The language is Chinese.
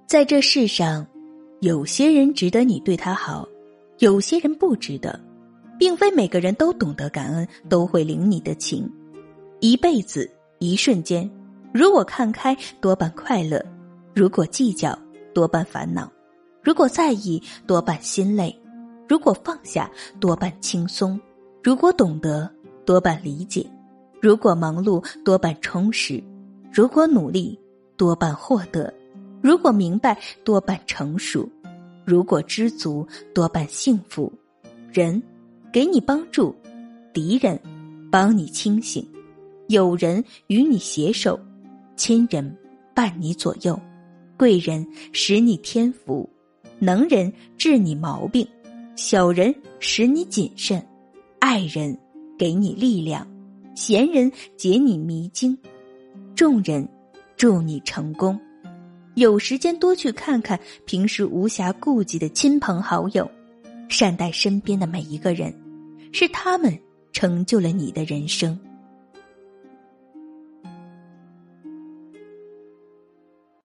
在这世上，有些人值得你对他好，有些人不值得，并非每个人都懂得感恩，都会领你的情。一辈子，一瞬间，如果看开，多半快乐；如果计较，多半烦恼；如果在意，多半心累；如果放下，多半轻松；如果懂得，多半理解；如果忙碌，多半充实；如果努力，多半获得；如果明白，多半成熟；如果知足，多半幸福。人给你帮助，敌人帮你清醒，友人与你携手，亲人伴你左右，贵人使你添福，能人治你毛病，小人使你谨慎，爱人给你力量，闲人解你迷津，众人祝你成功。有时间多去看看平时无暇顾及的亲朋好友，善待身边的每一个人，是他们成就了你的人生。